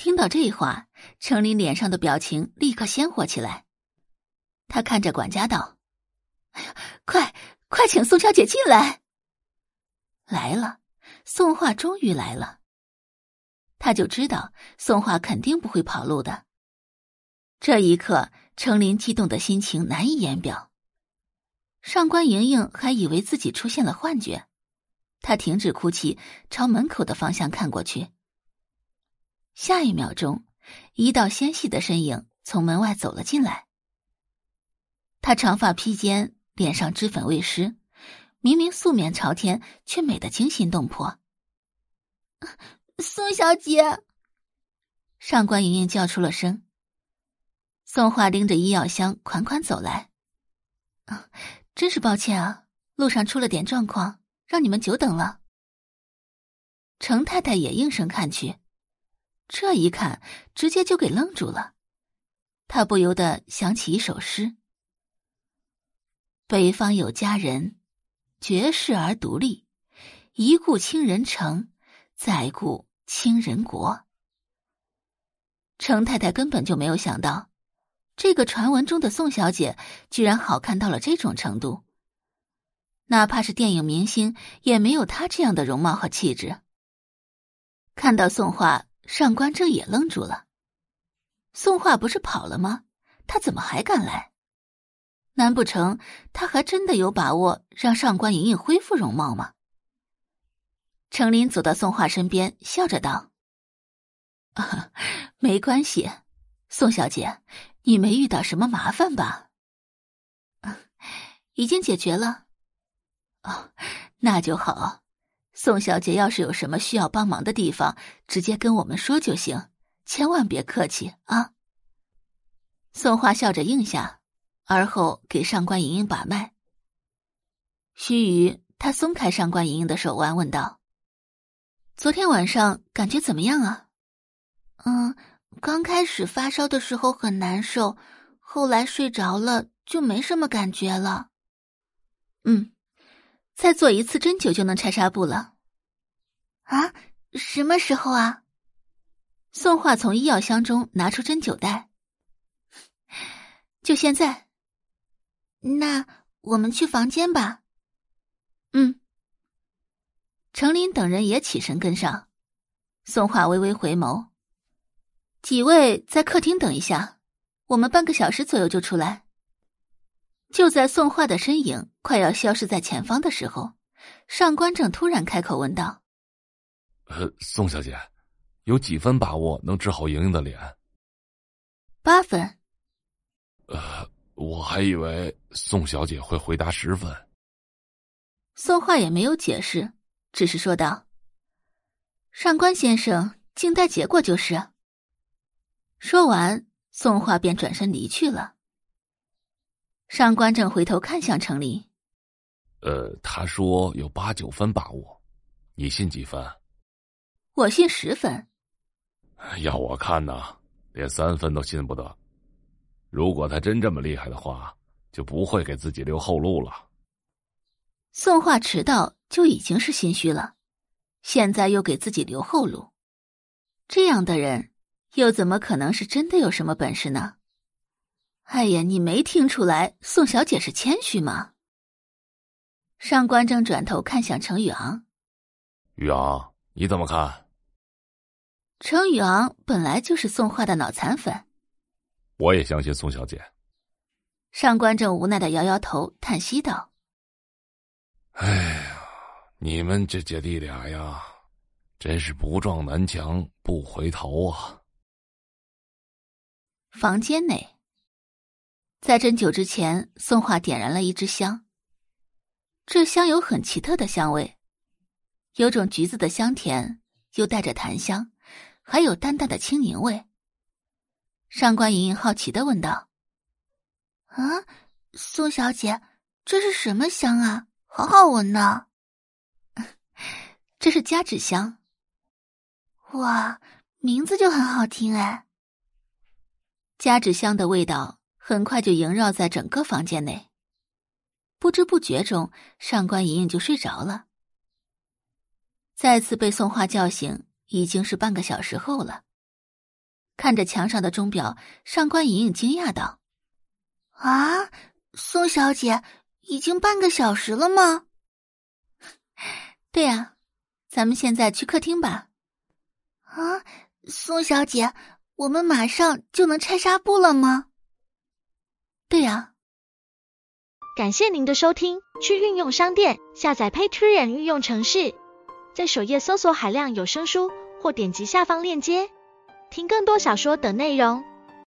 听到这话，程琳脸上的表情立刻鲜活起来。他看着管家道：“哎呀，快请宋小姐进来。”来了，宋画终于来了。他就知道宋画肯定不会跑路的。这一刻，程琳激动的心情难以言表。上官莹莹还以为自己出现了幻觉，她停止哭泣，朝门口的方向看过去。下一秒钟，一道纤细的身影从门外走了进来。她长发披肩，脸上脂粉未施，明明素面朝天，却美得惊心动魄。宋小姐！上官莹莹叫出了声。宋画拎着医药箱款款走来。真是抱歉啊，路上出了点状况，让你们久等了。程太太也应声看去，这一看直接就给愣住了。她不由得想起一首诗：北方有佳人，绝世而独立，一顾倾人城，再顾倾人国。程太太根本就没有想到，这个传闻中的宋小姐居然好看到了这种程度。哪怕是电影明星，也没有她这样的容貌和气质。看到宋画，上官正也愣住了。宋画不是跑了吗？他怎么还敢来？难不成他还真的有把握让上官莹莹恢复容貌吗？程琳走到宋画身边，笑着道：“没关系，宋小姐，你没遇到什么麻烦吧？”已经解决了。哦，那就好。宋小姐要是有什么需要帮忙的地方，直接跟我们说就行，千万别客气啊。宋画笑着应下，而后给上官莹莹把脉。须臾，他松开上官莹莹的手腕，问道：“昨天晚上感觉怎么样啊？”刚开始发烧的时候很难受，后来睡着了就没什么感觉了。再做一次针灸就能拆纱布了。啊？什么时候啊？宋画从医药箱中拿出针灸带。就现在。那我们去房间吧。程琳等人也起身跟上。宋画微微回眸：“几位在客厅等一下，我们半个小时左右就出来。”就在宋画的身影快要消失在前方的时候，上官正突然开口问道：“ 宋小姐，有几分把握能治好莹莹的脸 ？”8分。 我还以为宋小姐会回答10分。 宋画也没有解释，只是说道：“上官先生，静待结果就是。”说完，宋画便转身离去了。上官正回头看向程琳：“ 他说有8、9分把握，你信几分？”“ 我信10分。”“ 要我看呢，连3分都信不得。如果他真这么厉害的话，就不会给自己留后路了。” 宋画迟到就已经是心虚了，现在又给自己留后路，这样的人又怎么可能是真的有什么本事呢？哎呀，你没听出来宋小姐是谦虚吗？上官正转头看向程宇昂：“ 宇昂，你怎么看？” 程宇昂本来就是宋画的脑残粉。 “我也相信宋小姐。” 上官正无奈的摇摇头，叹息道：“ 哎呀，你们这姐弟俩呀，真是不撞南墙不回头啊。” 房间内，在针灸之前，宋画点燃了一支香。这香有很奇特的香味，有种橘子的香甜，又带着檀香，还有淡淡的青柠味。上官莹莹好奇地问道：“啊，宋小姐，这是什么香啊？好好闻呢。”“这是加脂香。”“哇，名字就很好听哎。”加脂香的味道很快就萦绕在整个房间内，不知不觉中，上官莹莹就睡着了。再次被宋画叫醒，已经是半个小时后了。 看着墙上的钟表，上官莹莹惊讶道：“ 啊，宋小姐，已经半个小时了吗？”“ 对呀，咱们现在去客厅吧。”“ 啊，宋小姐，我们马上就能拆纱布了吗？”“ 对呀。” 感谢您的收听，去运用商店下载 Patreon 运用程式，在首页搜索海量有声书，或点击下方链接听更多小说等内容。